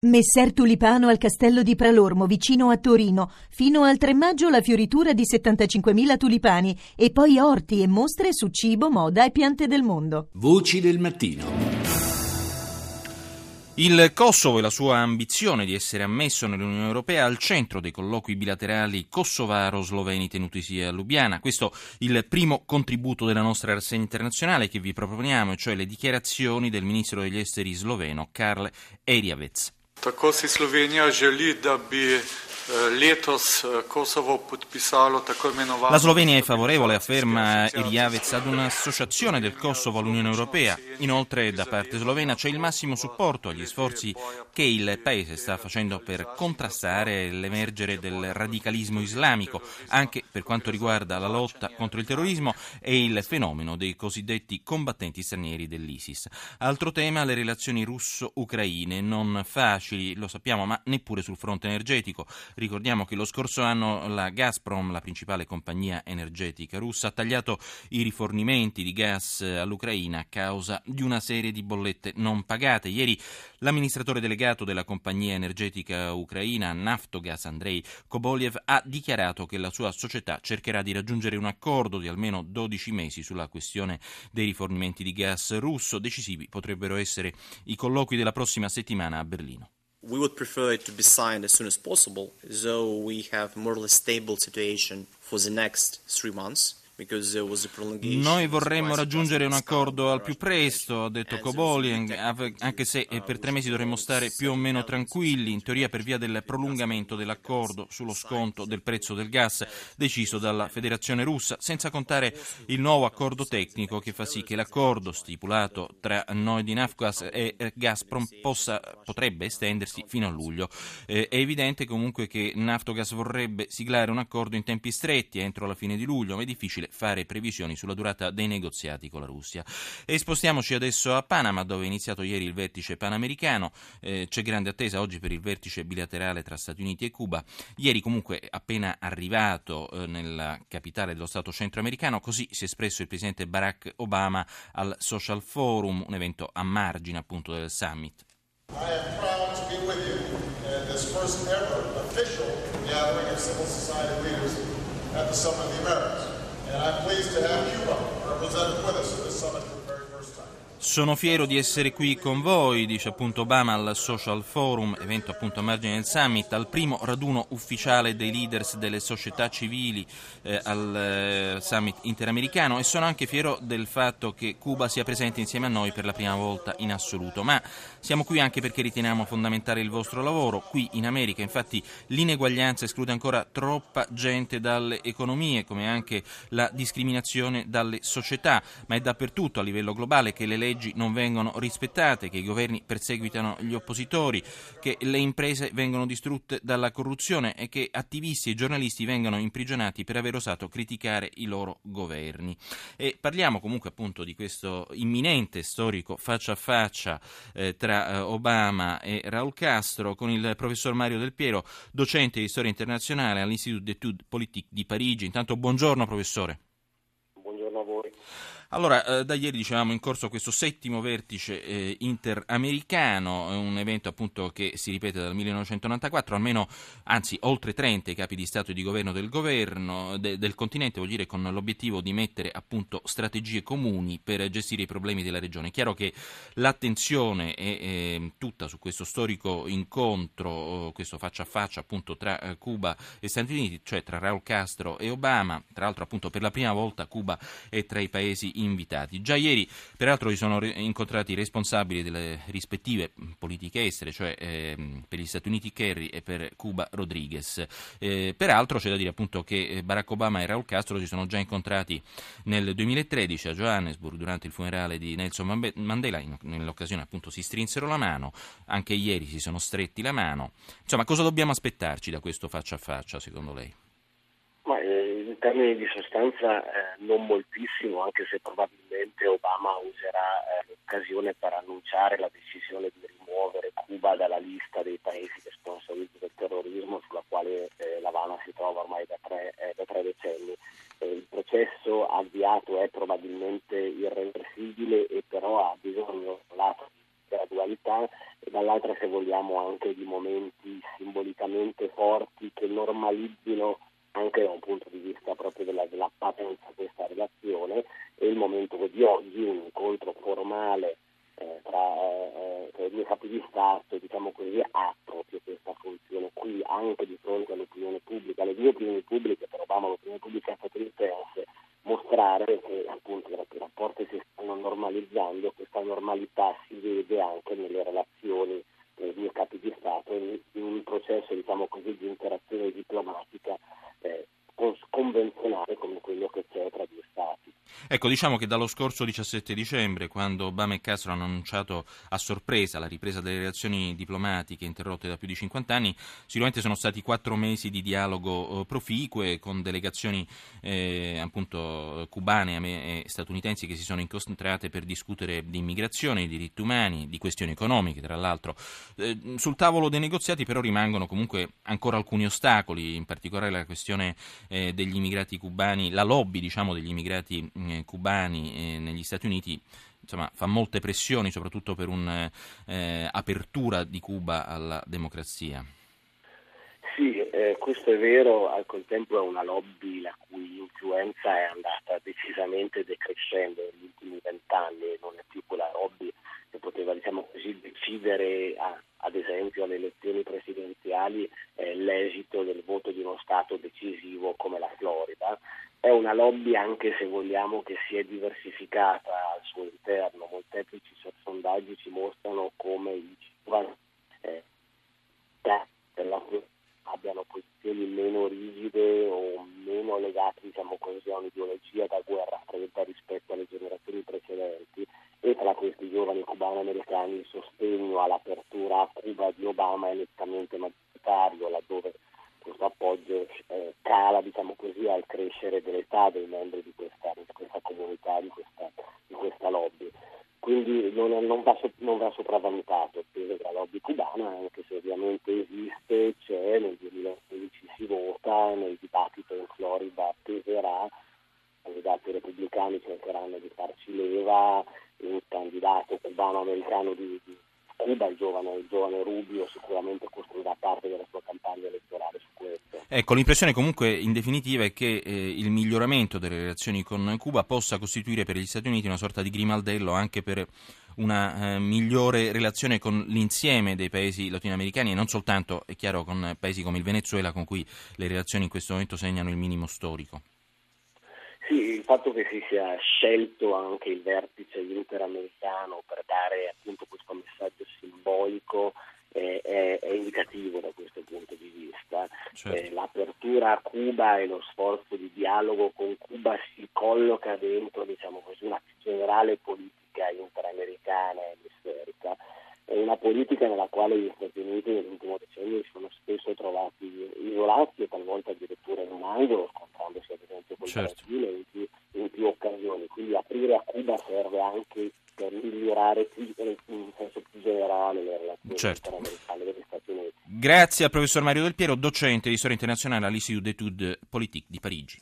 Messer Tulipano al castello di Pralormo, vicino a Torino. Fino al 3 maggio la fioritura di 75.000 tulipani e poi orti e mostre su cibo, moda e piante del mondo. Voci del mattino. Il Kosovo e la sua ambizione di essere ammesso nell'Unione Europea al centro dei colloqui bilaterali kosovaro-sloveni tenutisi a Lubiana. Questo il primo contributo della nostra rassegna internazionale che vi proponiamo, cioè le dichiarazioni del ministro degli esteri sloveno Karl Erjavec. Tako si Slovenija želi, da bi letos Kosovo podpisalo tako imenovano. La Slovenia è favorevole, afferma Erjavec, ad un'associazione del Kosovo all'Unione Europea. Inoltre, da parte slovena c'è il massimo supporto agli sforzi che il paese sta facendo per contrastare l'emergere del radicalismo islamico, anche per quanto riguarda la lotta contro il terrorismo e il fenomeno dei cosiddetti combattenti stranieri dell'ISIS. Altro tema, le relazioni russo-ucraine, non facili, lo sappiamo, ma neppure sul fronte energetico. Ricordiamo che lo scorso anno la Gazprom, la principale compagnia energetica russa, ha tagliato i rifornimenti di gas all'Ucraina a causa di una serie di bollette non pagate. Ieri l'amministratore delegato della compagnia energetica ucraina Naftogaz, Andrei Koboliev, ha dichiarato che la sua società cercherà di raggiungere un accordo di almeno 12 mesi sulla questione dei rifornimenti di gas russo. Decisivi potrebbero essere i colloqui della prossima settimana a Berlino. We would prefer it to be signed as soon as possible, so we have more or less stable situation for the next 3 months. Noi vorremmo raggiungere un accordo al più presto, ha detto Koboliev, anche se per 3 mesi dovremmo stare più o meno tranquilli, in teoria per via del prolungamento dell'accordo sullo sconto del prezzo del gas deciso dalla Federazione Russa, senza contare il nuovo accordo tecnico che fa sì che l'accordo stipulato tra noi di Naftogaz e Gazprom potrebbe estendersi fino a luglio. È evidente comunque che Naftogaz vorrebbe siglare un accordo in tempi stretti entro la fine di luglio, ma è difficile fare previsioni sulla durata dei negoziati con la Russia. E spostiamoci adesso a Panama, dove è iniziato ieri il vertice panamericano. C'è grande attesa oggi per il vertice bilaterale tra Stati Uniti e Cuba. Ieri comunque appena arrivato nella capitale dello Stato centroamericano, così si è espresso il presidente Barack Obama al Social Forum, un evento a margine appunto del summit. I am proud to be with you at this first ever official gathering of civil society leaders at the Summit of the Americas. And I'm pleased to have Cuba represented with us at this summit for the very first time. Sono fiero di essere qui con voi, dice appunto Obama al Social Forum, evento appunto a margine del summit, al primo raduno ufficiale dei leaders delle società civili al summit interamericano, e sono anche fiero del fatto che Cuba sia presente insieme a noi per la prima volta in assoluto. Ma siamo qui anche perché riteniamo fondamentale il vostro lavoro. Qui in America infatti l'ineguaglianza esclude ancora troppa gente dalle economie, come anche la discriminazione dalle società, ma è dappertutto a livello globale che le leggi non vengono rispettate, che i governi perseguitano gli oppositori, che le imprese vengono distrutte dalla corruzione e che attivisti e giornalisti vengono imprigionati per aver osato criticare i loro governi. E parliamo comunque appunto di questo imminente storico faccia a faccia tra Obama e Raúl Castro con il professor Mario Del Piero, docente di storia internazionale all'Institut d'études politiques di Parigi. Intanto buongiorno professore. Buongiorno a voi. Allora, da ieri dicevamo in corso questo settimo vertice interamericano, un evento appunto che si ripete dal 1994, anzi oltre 30 i capi di Stato e di governo del continente, vuol dire con l'obiettivo di mettere appunto strategie comuni per gestire i problemi della regione. È chiaro che l'attenzione è tutta su questo storico incontro, questo faccia a faccia appunto tra Cuba e Stati Uniti, cioè tra Raúl Castro e Obama. Tra l'altro appunto per la prima volta Cuba è tra i paesi invitati. Già ieri peraltro si sono incontrati i responsabili delle rispettive politiche estere, cioè per gli Stati Uniti Kerry e per Cuba Rodriguez. Peraltro c'è da dire appunto che Barack Obama e Raúl Castro si sono già incontrati nel 2013 a Johannesburg durante il funerale di Nelson Mandela. Nell'occasione appunto si strinsero la mano, anche ieri si sono stretti la mano. Insomma, cosa dobbiamo aspettarci da questo faccia a faccia secondo lei? In termini di sostanza non moltissimo, anche se probabilmente Obama userà l'occasione per annunciare la decisione di rimuovere Cuba dalla lista dei paesi responsabili del terrorismo, sulla quale l'Havana si trova ormai da tre decenni. Il processo avviato è probabilmente irreversibile e però ha bisogno da un lato di gradualità e dall'altra, se vogliamo, anche di di momenti simbolicamente forti che normalizzino anche da un punto di vista proprio della patenza questa relazione, e il momento di oggi, un incontro formale tra i due capi di Stato, diciamo così, ha proprio questa funzione qui, anche di fronte all'opinione pubblica, alle due opinioni pubbliche, per Obama l'opinione pubblica statunitense, mostrare che appunto i rapporti si stanno normalizzando. Questa normalità si vede anche nelle relazioni tra i due capi di Stato, in un processo, diciamo così, di interazione diplomatica convenzionale come quello che c'è tra due Stati. Ecco, diciamo che dallo scorso 17 dicembre, quando Obama e Castro hanno annunciato a sorpresa la ripresa delle relazioni diplomatiche interrotte da più di 50 anni, sicuramente sono stati 4 mesi di dialogo proficue, con delegazioni appunto cubane e statunitensi che si sono incontrate per discutere di immigrazione, di diritti umani, di questioni economiche, tra l'altro. Sul tavolo dei negoziati però rimangono comunque ancora alcuni ostacoli, in particolare la questione degli immigrati cubani, la lobby, diciamo, degli immigrati cubani negli Stati Uniti, insomma, fa molte pressioni, soprattutto per un'apertura di Cuba alla democrazia. Sì, questo è vero, al contempo è una lobby la cui influenza è andata decisamente decrescendo negli ultimi 20 anni, non è più quella lobby che poteva, diciamo così, decidere ad esempio alle elezioni presidenziali l'esito del voto di uno Stato decisivo come la Florida. È una lobby, anche se vogliamo, che si è diversificata al suo interno. Molteplici sondaggi ci mostrano come i giovani abbiano posizioni meno rigide o meno legate, diciamo così, a un'ideologia da guerra fredda rispetto alle generazioni precedenti, e tra questi giovani cubano-americani il sostegno all'apertura a Cuba di Obama è nettamente maggioritario, laddove questo appoggio cala, diciamo così, al crescere dell'età dei membri di questa comunità, di questa lobby. Quindi non va sopravvalutato il peso della lobby cubana, anche se ovviamente esiste, c'è, nel 2016 si vota, nel dibattito in Florida peserà, i candidati repubblicani cercheranno di farci leva, un candidato cubano-americano di Cuba, il giovane Rubio, sicuramente costruirà parte della sua campagna elettorale su questo. Ecco, l'impressione comunque in definitiva è che il miglioramento delle relazioni con Cuba possa costituire per gli Stati Uniti una sorta di grimaldello anche per una migliore relazione con l'insieme dei paesi latinoamericani, e non soltanto, è chiaro, con paesi come il Venezuela, con cui le relazioni in questo momento segnano il minimo storico. Sì, il fatto che si sia scelto anche il vertice interamericano per dare appunto questo messaggio simbolico è indicativo da questo punto di vista. Certo. L'apertura a Cuba e lo sforzo di dialogo con Cuba si colloca dentro, diciamo così, una generale politica interamericana e emisferica. È una politica nella quale gli Stati Uniti nell'ultimo decennio si sono spesso trovati isolati e talvolta addirittura in un angolo, scontrandosi ad esempio con il Brasile in più occasioni. Quindi aprire a Cuba serve anche per migliorare in senso più generale le relazioni interamericane degli Stati Uniti. Grazie al professor Mario Del Piero, docente di storia internazionale all'Institut d'études politiques di Parigi.